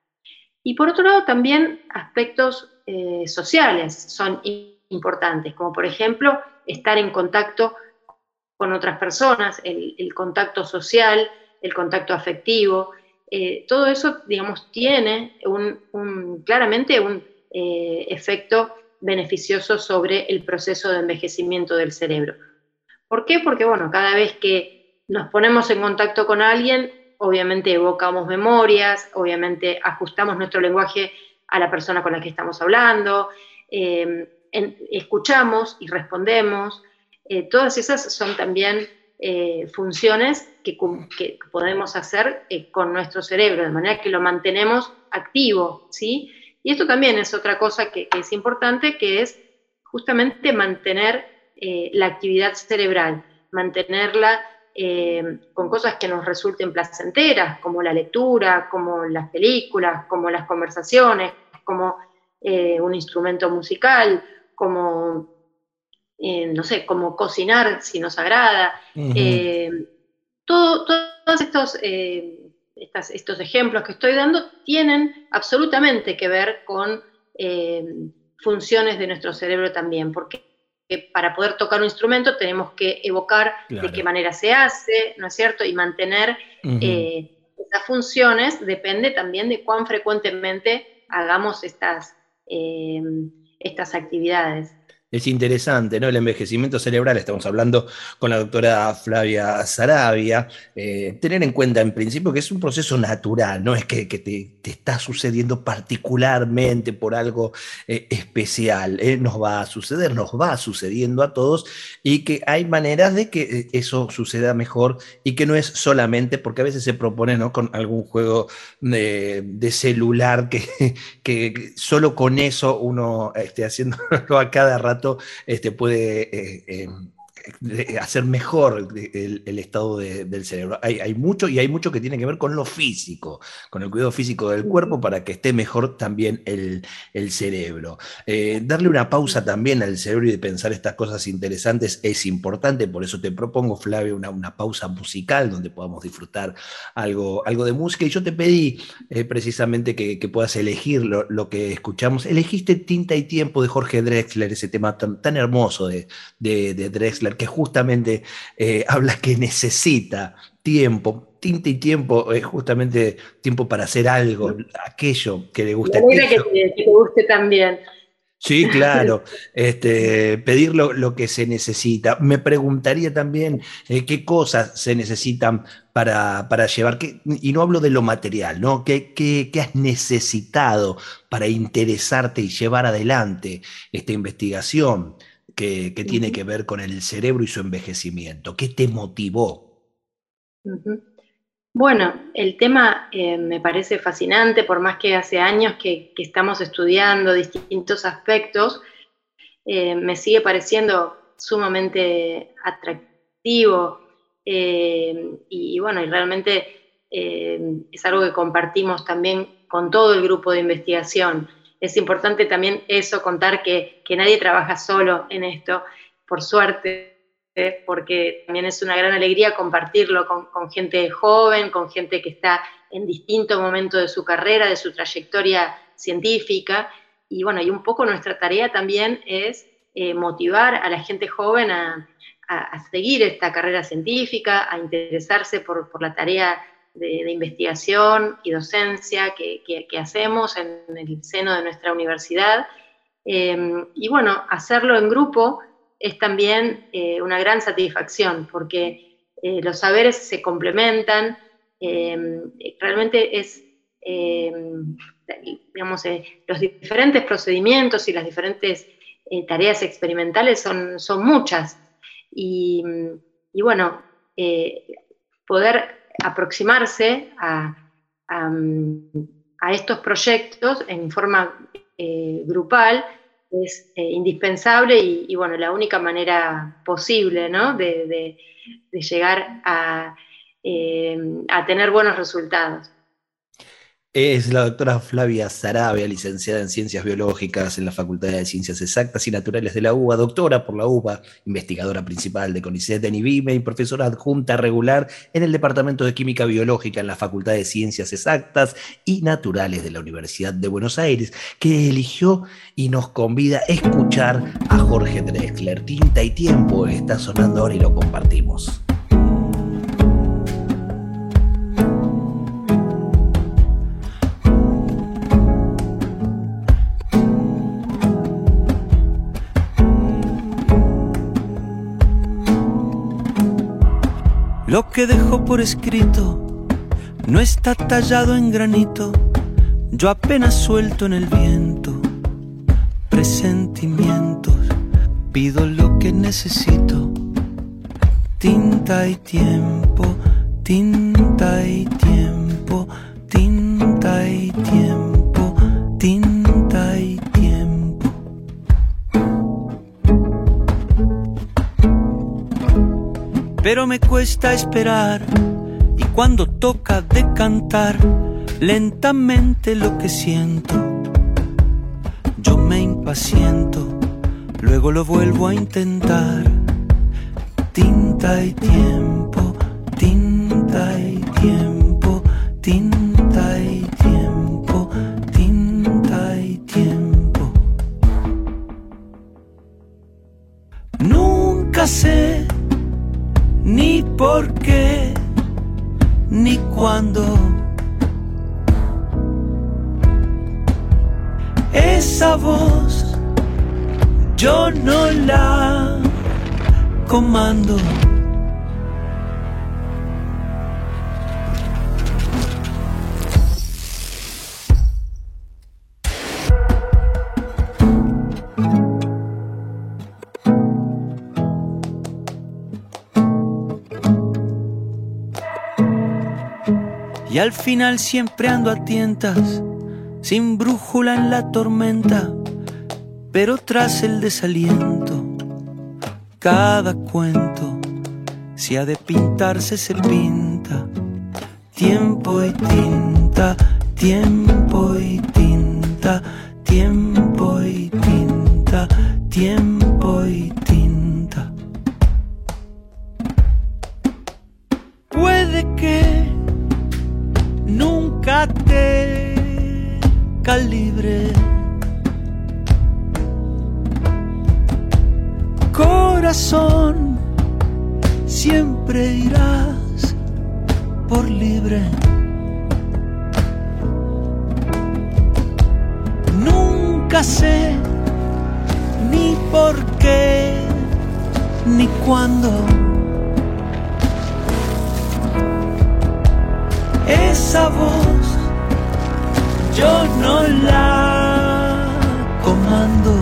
Y por otro lado también aspectos eh, sociales son importantes, como por ejemplo estar en contacto con otras personas, el, el contacto social, el contacto afectivo, eh, todo eso, digamos, tiene un, un, claramente un eh, efecto beneficioso sobre el proceso de envejecimiento del cerebro. ¿Por qué? Porque, bueno, cada vez que nos ponemos en contacto con alguien, obviamente evocamos memorias, obviamente ajustamos nuestro lenguaje a la persona con la que estamos hablando, eh, en, escuchamos y respondemos. Eh, todas esas son también eh, funciones que, que podemos hacer eh, con nuestro cerebro, de manera que lo mantenemos activo, ¿sí? Y esto también es otra cosa que, que es importante, que es justamente mantener eh, la actividad cerebral, mantenerla eh, con cosas que nos resulten placenteras, como la lectura, como las películas, como las conversaciones, como eh, un instrumento musical, como... Eh, no sé, como cocinar si nos agrada. Uh-huh. Eh, todo, todos estos, eh, estas, estos ejemplos que estoy dando tienen absolutamente que ver con eh, funciones de nuestro cerebro también, porque para poder tocar un instrumento tenemos que evocar claro. de qué manera se hace, ¿no es cierto? Y mantener uh-huh. eh, esas funciones depende también de cuán frecuentemente hagamos estas, eh, estas actividades. Es interesante, ¿no? El envejecimiento cerebral, estamos hablando con la doctora Flavia Saravia, eh, tener en cuenta en principio que es un proceso natural, no es que, que te, te está sucediendo particularmente por algo eh, especial, ¿eh? Nos va a suceder, nos va sucediendo a todos y que hay maneras de que eso suceda mejor y que no es solamente porque a veces se propone, ¿no? Con algún juego de, de celular que, que solo con eso uno esté haciéndolo a cada rato Este, puede eh, eh, hacer mejor el, el estado de, del cerebro. Hay, hay mucho y hay mucho que tiene que ver con lo físico, con el cuidado físico del cuerpo para que esté mejor también el, el cerebro. Eh, darle una pausa también al cerebro y de pensar estas cosas interesantes es importante, por eso te propongo, Flavia, una, una pausa musical donde podamos disfrutar algo, algo de música y yo te pedí eh, precisamente que, que puedas elegir lo, lo que escuchamos. Elegiste Tinta y Tiempo de Jorge Drexler, ese tema tan, tan hermoso de, de, de Drexler, que justamente eh, habla que necesita tiempo, tinta y tiempo, es eh, justamente tiempo para hacer algo, aquello que le gusta. Me alegra que te, que te guste también. Sí, claro, este, pedir lo, lo que se necesita. Me preguntaría también eh, qué cosas se necesitan para, para llevar, qué, y no hablo de lo material, ¿no? ¿Qué, qué, qué has necesitado para interesarte y llevar adelante esta investigación que, que tiene que ver con el cerebro y su envejecimiento? ¿Qué te motivó? Uh-huh. Bueno, el tema eh, me parece fascinante, por más que hace años que, que estamos estudiando distintos aspectos, eh, me sigue pareciendo sumamente atractivo eh, y, y bueno, y realmente eh, es algo que compartimos también con todo el grupo de investigación. Es importante también eso, contar que, que nadie trabaja solo en esto, por suerte, eh, porque también es una gran alegría compartirlo con, con gente joven, con gente que está en distinto momento de su carrera, de su trayectoria científica, y bueno, y un poco nuestra tarea también es eh, motivar a la gente joven a, a, a seguir esta carrera científica, a interesarse por, por la tarea De, de investigación y docencia que, que, que hacemos en el seno de nuestra universidad. Eh, y bueno, hacerlo en grupo es también eh, una gran satisfacción, porque eh, los saberes se complementan, eh, realmente es, eh, digamos, eh, los diferentes procedimientos y las diferentes eh, tareas experimentales son, son muchas. Y, y bueno, eh, poder aproximarse a, a, a estos proyectos en forma eh, grupal es eh, indispensable y, y, bueno, la única manera posible, ¿no?, de, de, de llegar a, eh, a tener buenos resultados. Es la doctora Flavia Sarabia, licenciada en Ciencias Biológicas en la Facultad de Ciencias Exactas y Naturales de la UBA, doctora por la UBA, investigadora principal de CONICET en IBIME y profesora adjunta regular en el Departamento de Química Biológica en la Facultad de Ciencias Exactas y Naturales de la Universidad de Buenos Aires, que eligió y nos convida a escuchar a Jorge Drexler. Tinta y Tiempo está sonando ahora y lo compartimos. Lo que dejó por escrito no está tallado en granito, yo apenas suelto en el viento presentimientos, pido lo que necesito, tinta y tiempo, tinta y tiempo, tinta y tiempo, tinta y tiempo. Pero me cuesta esperar y cuando toca decantar lentamente lo que siento, yo me impaciento, luego lo vuelvo a intentar. Tinta y tiempo, tinta y tiempo, tinta y tiempo, tinta y tiempo. Nunca sé ni por qué, ni cuándo. Esa voz yo no la comando. Y al final siempre ando a tientas, sin brújula en la tormenta, pero tras el desaliento, cada cuento, si ha de pintarse se pinta. Tiempo y tinta, tiempo y tinta, tiempo y tinta, tiempo y tinta. Puede que nunca te calibre, corazón, siempre irás por libre. Nunca sé ni por qué ni cuándo. Esa voz yo no la comando.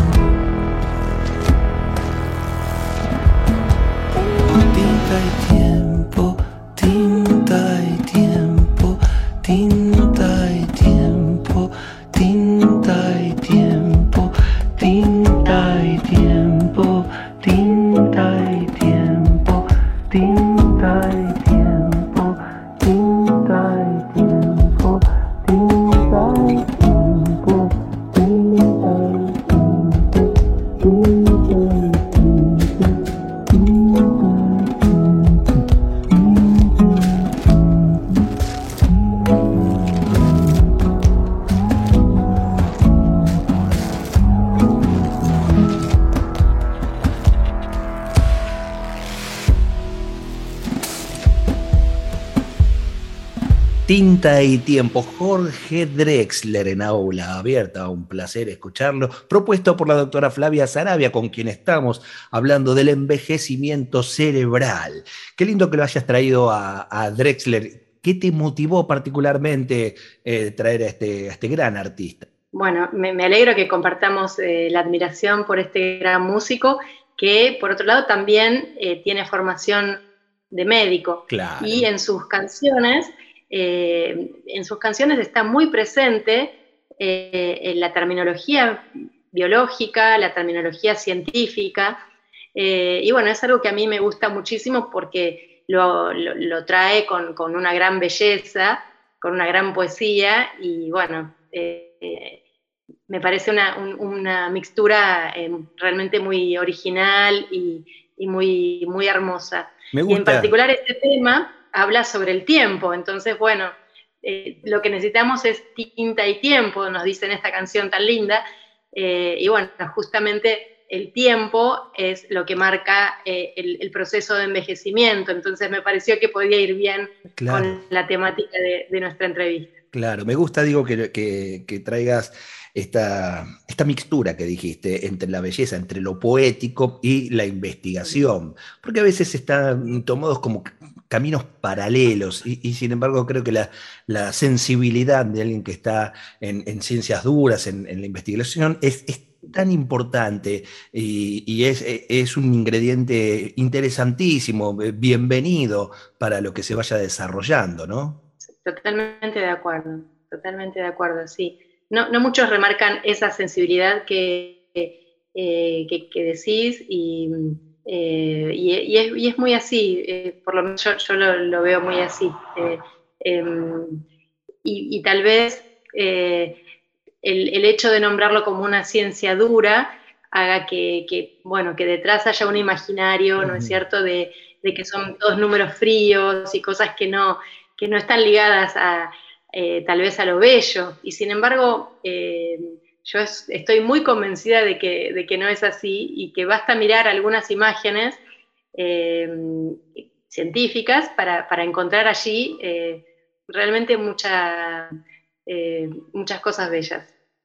Tinta y tiempo, tinta y tiempo, tinta y tiempo, tinta y tiempo, tinta y tiempo, tinta y tiempo, tinta y tiempo, tinta y Tinta y Tiempo, Jorge Drexler en Aula Abierta, un placer escucharlo, propuesto por la doctora Flavia Sarabia, con quien estamos hablando del envejecimiento cerebral. Qué lindo que lo hayas traído a, a Drexler. ¿Qué te motivó particularmente eh, traer a este, a este gran artista? Bueno, me, me alegro que compartamos eh, la admiración por este gran músico, que por otro lado también eh, tiene formación de médico. Claro. Y en sus canciones... Eh, en sus canciones está muy presente eh, en la terminología biológica, la terminología científica, eh, y bueno, es algo que a mí me gusta muchísimo porque lo, lo, lo trae con, con una gran belleza, con una gran poesía, y bueno, eh, eh, me parece una, un, una mixtura eh, realmente muy original y, y muy, muy hermosa. Me gusta. Y en particular este tema habla sobre el tiempo, entonces bueno, eh, lo que necesitamos es tinta y tiempo, nos dicen esta canción tan linda, eh, y bueno, justamente el tiempo es lo que marca eh, el, el proceso de envejecimiento, entonces me pareció que podía ir bien Claro. con la temática de, de nuestra entrevista. Claro, me gusta, digo, que, que, que traigas esta, esta mixtura que dijiste entre la belleza, entre lo poético y la investigación, porque a veces están tomados como caminos paralelos y, y sin embargo creo que la, la sensibilidad de alguien que está en, en ciencias duras, en, en la investigación, es, es tan importante y, y es, es un ingrediente interesantísimo, bienvenido para lo que se vaya desarrollando, ¿no? Totalmente de acuerdo, totalmente de acuerdo, sí. No, no muchos remarcan esa sensibilidad que, eh, que, que decís y, eh, y, y, es, y es muy así, eh, por lo menos yo, yo lo, lo veo muy así. Eh, eh, y, y tal vez eh, el, el hecho de nombrarlo como una ciencia dura haga que, que, bueno, que detrás haya un imaginario, uh-huh. ¿no es cierto?, de, de que son todos números fríos y cosas que no... que no están ligadas a, eh, tal vez a lo bello, y sin embargo, eh, yo es, estoy muy convencida de que, de que no es así, y que basta mirar algunas imágenes eh, científicas para, para encontrar allí eh, realmente mucha, eh, muchas cosas bellas.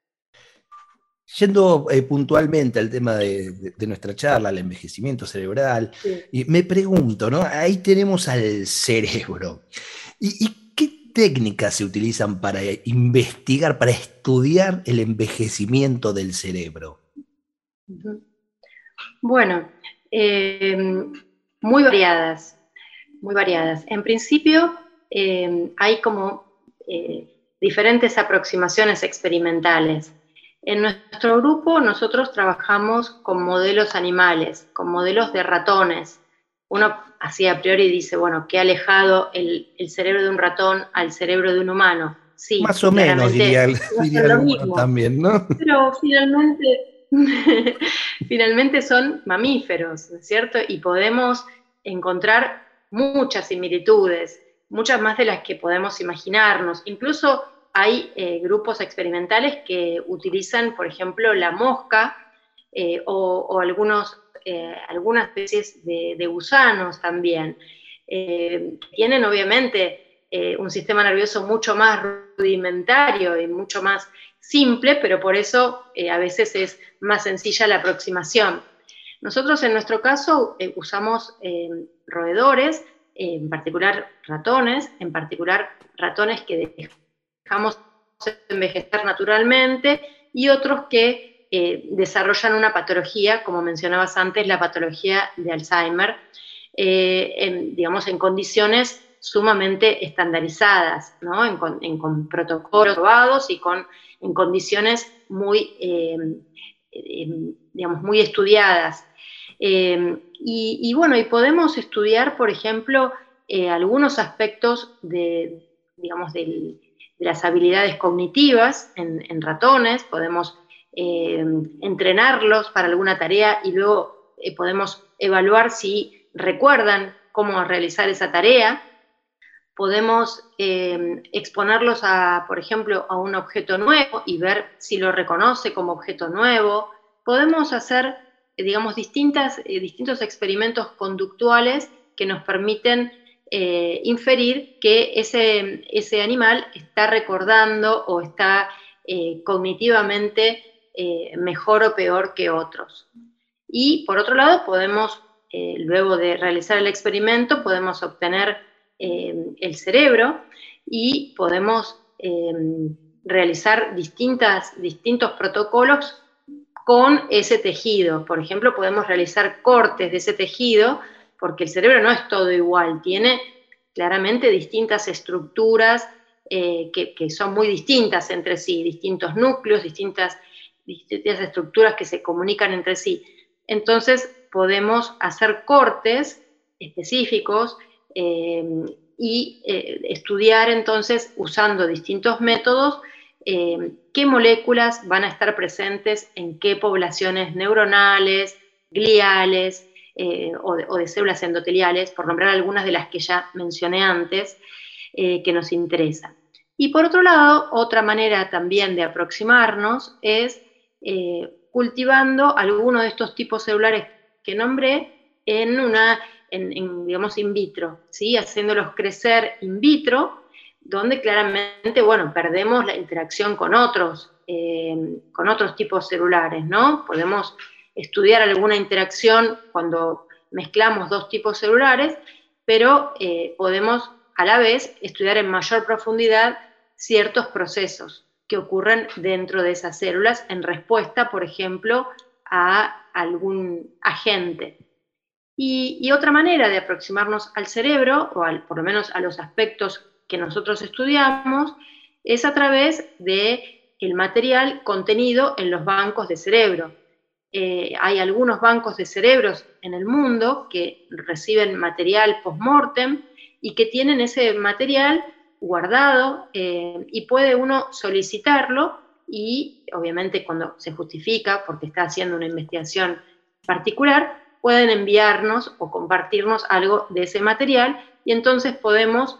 Yendo eh, puntualmente al tema de, de, de nuestra charla, el envejecimiento cerebral, sí. Y me pregunto, ¿no? Ahí tenemos al cerebro. ¿Y, y qué técnicas se utilizan para investigar, para estudiar el envejecimiento del cerebro? Bueno, eh, muy variadas, muy variadas. En principio, eh, hay como eh, diferentes aproximaciones experimentales. En nuestro grupo nosotros trabajamos con modelos animales, con modelos de ratones. Uno así a priori dice, bueno, qué alejado el, el cerebro de un ratón al cerebro de un humano. Sí, más o menos diría, el, diría lo el mismo, también, ¿no? Pero finalmente, finalmente son mamíferos, ¿no es cierto? Y podemos encontrar muchas similitudes, muchas más de las que podemos imaginarnos. Incluso hay eh, grupos experimentales que utilizan, por ejemplo, la mosca eh, o, o algunos, eh, algunas especies de, de gusanos también. Eh, tienen obviamente eh, un sistema nervioso mucho más rudimentario y mucho más simple, pero por eso eh, a veces es más sencilla la aproximación. Nosotros en nuestro caso eh, usamos eh, roedores, eh, en particular ratones, en particular ratones que dejamos envejecer naturalmente, y otros que eh, desarrollan una patología, como mencionabas antes, la patología de Alzheimer, eh, en, digamos, en condiciones sumamente estandarizadas, ¿no? en, en, con protocolos probados y con, en condiciones muy, eh, eh, digamos, muy estudiadas. Eh, y, y bueno, y podemos estudiar, por ejemplo, eh, algunos aspectos de, digamos, del de las habilidades cognitivas en, en ratones, podemos eh, entrenarlos para alguna tarea y luego eh, podemos evaluar si recuerdan cómo realizar esa tarea. Podemos eh, exponerlos a, por ejemplo, a un objeto nuevo y ver si lo reconoce como objeto nuevo. Podemos hacer, eh, digamos, distintas, eh, distintos experimentos conductuales que nos permiten eh, inferir que ese, ese animal está recordando o está eh, cognitivamente eh, mejor o peor que otros. Y por otro lado, podemos, eh, luego de realizar el experimento, podemos obtener eh, el cerebro y podemos eh, realizar distintas, distintos protocolos con ese tejido. Por ejemplo, podemos realizar cortes de ese tejido, porque el cerebro no es todo igual, tiene claramente distintas estructuras eh, que, que son muy distintas entre sí, distintos núcleos, distintas, distintas estructuras que se comunican entre sí. Entonces podemos hacer cortes específicos eh, y eh, estudiar entonces, usando distintos métodos, eh, qué moléculas van a estar presentes en qué poblaciones neuronales, gliales eh, o, de, o de células endoteliales, por nombrar algunas de las que ya mencioné antes, eh, que nos interesan. Y por otro lado, otra manera también de aproximarnos es eh, cultivando alguno de estos tipos celulares que nombré en una, en, en, digamos, in vitro, ¿sí? Haciéndolos crecer in vitro, donde claramente, bueno, perdemos la interacción con otros, eh, con otros tipos celulares, ¿no? Podemos estudiar alguna interacción cuando mezclamos dos tipos celulares, pero eh, podemos a la vez estudiar en mayor profundidad ciertos procesos que ocurren dentro de esas células en respuesta, por ejemplo, a algún agente. Y, y otra manera de aproximarnos al cerebro, o al, por lo menos a los aspectos que nosotros estudiamos, es a través del material contenido en los bancos de cerebro. Eh, hay algunos bancos de cerebros en el mundo que reciben material post-mortem y que tienen ese material guardado eh, y puede uno solicitarlo y obviamente cuando se justifica porque está haciendo una investigación particular, pueden enviarnos o compartirnos algo de ese material y entonces podemos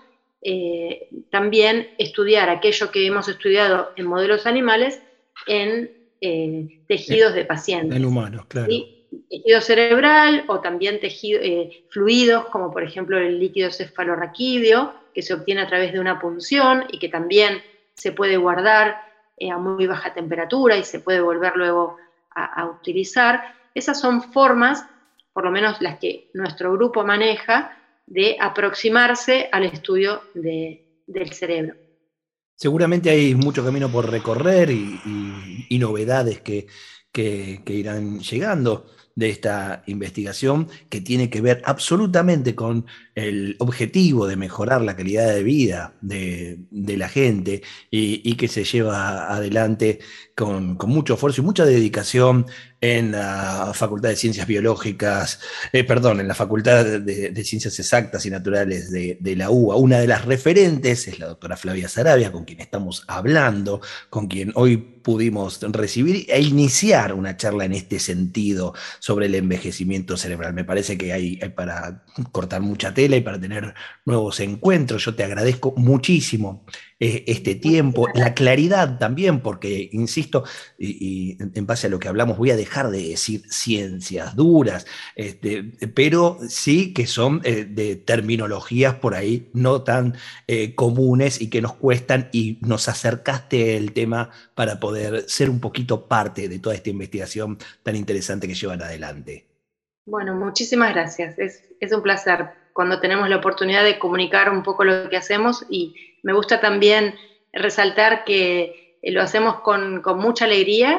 eh, también estudiar aquello que hemos estudiado en modelos animales en eh, tejidos de pacientes. En humanos, claro. ¿Sí? Tejido cerebral o también tejido, eh, fluidos como por ejemplo el líquido cefalorraquídeo que se obtiene a través de una punción y que también se puede guardar eh, a muy baja temperatura y se puede volver luego a, a utilizar. Esas son formas, por lo menos las que nuestro grupo maneja, de aproximarse al estudio de, del cerebro. Seguramente hay mucho camino por recorrer y, y, y novedades que, que, que irán llegando de esta investigación que tiene que ver absolutamente con el objetivo de mejorar la calidad de vida de, de la gente y, y que se lleva adelante con, con mucho esfuerzo y mucha dedicación en la Facultad de Ciencias Biológicas, eh, perdón, en la Facultad de, de Ciencias Exactas y Naturales de, de la U B A. Una de las referentes es la doctora Flavia Saravia, con quien estamos hablando, con quien hoy pudimos recibir e iniciar una charla en este sentido sobre el envejecimiento cerebral. Me parece que hay, hay para cortar mucha tela y para tener nuevos encuentros. Yo te agradezco muchísimo eh, este tiempo, la claridad también, porque, insisto, y, y en base a lo que hablamos, voy a dejar de decir ciencias duras, este, pero sí que son eh, de terminologías por ahí no tan eh, comunes y que nos cuestan, y nos acercaste el tema para poder ser un poquito parte de toda esta investigación tan interesante que llevan adelante. Bueno, muchísimas gracias. Es, es un placer cuando tenemos la oportunidad de comunicar un poco lo que hacemos, y me gusta también resaltar que lo hacemos con, con mucha alegría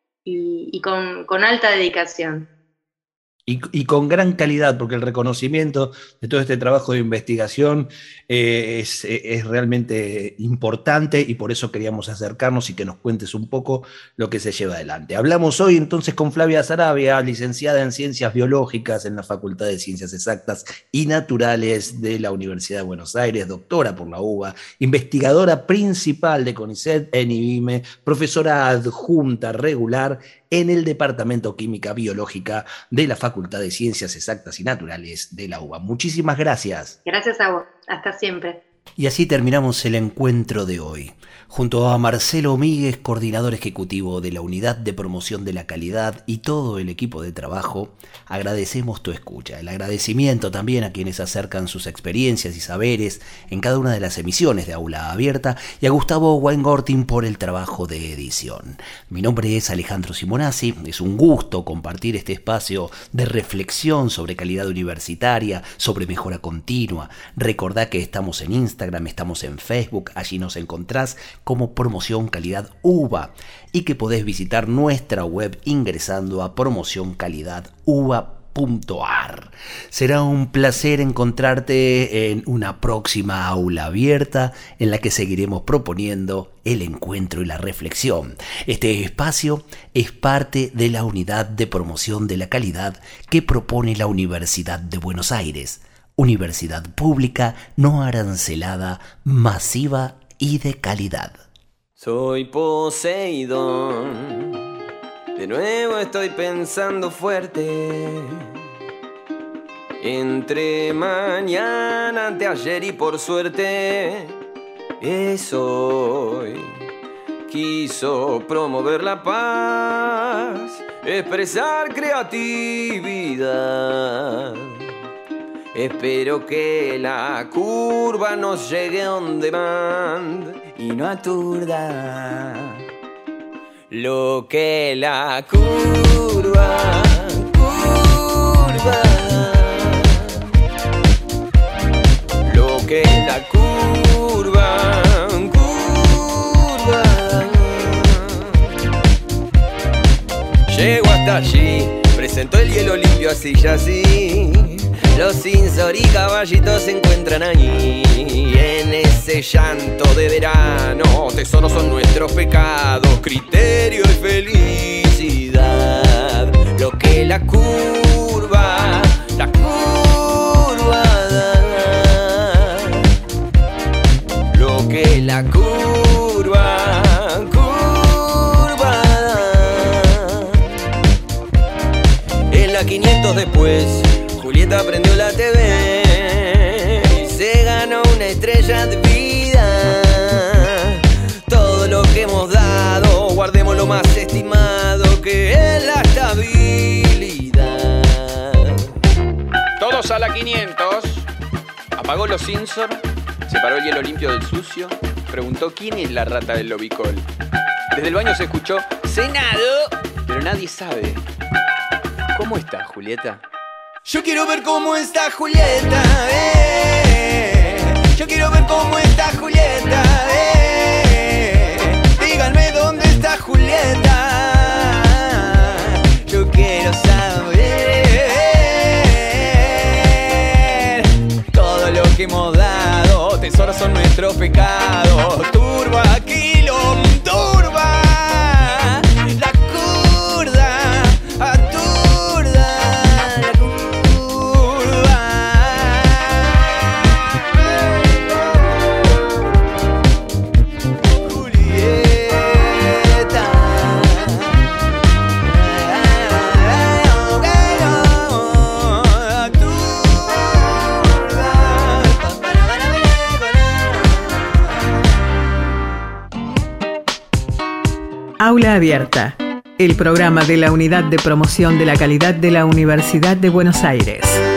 y, y con, con alta dedicación. Y, y con gran calidad, porque el reconocimiento de todo este trabajo de investigación eh, es, es realmente importante, y por eso queríamos acercarnos y que nos cuentes un poco lo que se lleva adelante. Hablamos hoy entonces con Flavia Saravia, licenciada en Ciencias Biológicas en la Facultad de Ciencias Exactas y Naturales de la Universidad de Buenos Aires, doctora por la U B A, investigadora principal de CONICET en I B I M E, profesora adjunta regular en el Departamento Química Biológica de la Facultad de Ciencias Exactas y Naturales de la U B A. Muchísimas gracias. Gracias a vos. Hasta siempre. Y así terminamos el encuentro de hoy. Junto a Marcelo Míguez, coordinador ejecutivo de la Unidad de Promoción de la Calidad, y todo el equipo de trabajo, agradecemos tu escucha. El agradecimiento también a quienes acercan sus experiencias y saberes en cada una de las emisiones de Aula Abierta, y a Gustavo Weingortin por el trabajo de edición. Mi nombre es Alejandro Simonazzi. Es un gusto compartir este espacio de reflexión sobre calidad universitaria, sobre mejora continua. Recordá que estamos en Instagram, estamos en Facebook, allí nos encontrás como Promoción Calidad U B A, y que podés visitar nuestra web ingresando a promoción calidad u b a punto a r. Será un placer encontrarte en una próxima Aula Abierta en la que seguiremos proponiendo el encuentro y la reflexión. Este espacio es parte de la Unidad de Promoción de la Calidad que propone la Universidad de Buenos Aires, universidad pública, no arancelada, masiva y de calidad. Soy Poseidón, de nuevo estoy pensando fuerte. Entre mañana, anteayer y por suerte, es hoy. Quiso promover la paz, expresar creatividad. Espero que la curva nos llegue on demand y no aturda lo que la curva, curva, lo que la curva, curva. Llego hasta allí, presentó el hielo limpio así y así. Los Sinsor y caballitos se encuentran allí. En ese llanto de verano, tesoros son nuestros pecados, criterio y felicidad. Lo que la curva, la curva da. Lo que la curva, curva da. En la quinientos después, Julieta prendió la T V y se ganó una estrella de vida. Todo lo que hemos dado, guardemos lo más estimado, que es la estabilidad. Todos a la quinientos. Apagó los Sinsor, separó el hielo limpio del sucio, preguntó quién es la rata del lobicol. Desde el baño se escuchó cenado, pero nadie sabe. ¿Cómo está, Julieta? Yo quiero ver cómo está Julieta, eh. Yo quiero ver cómo está Julieta, eh. Díganme dónde está Julieta. Yo quiero saber todo lo que hemos dado. Tesoros son nuestros pecados. Turba, kilo, turba. La curda, aturda. Aula Abierta, el programa de la Unidad de Promoción de la Calidad de la Universidad de Buenos Aires.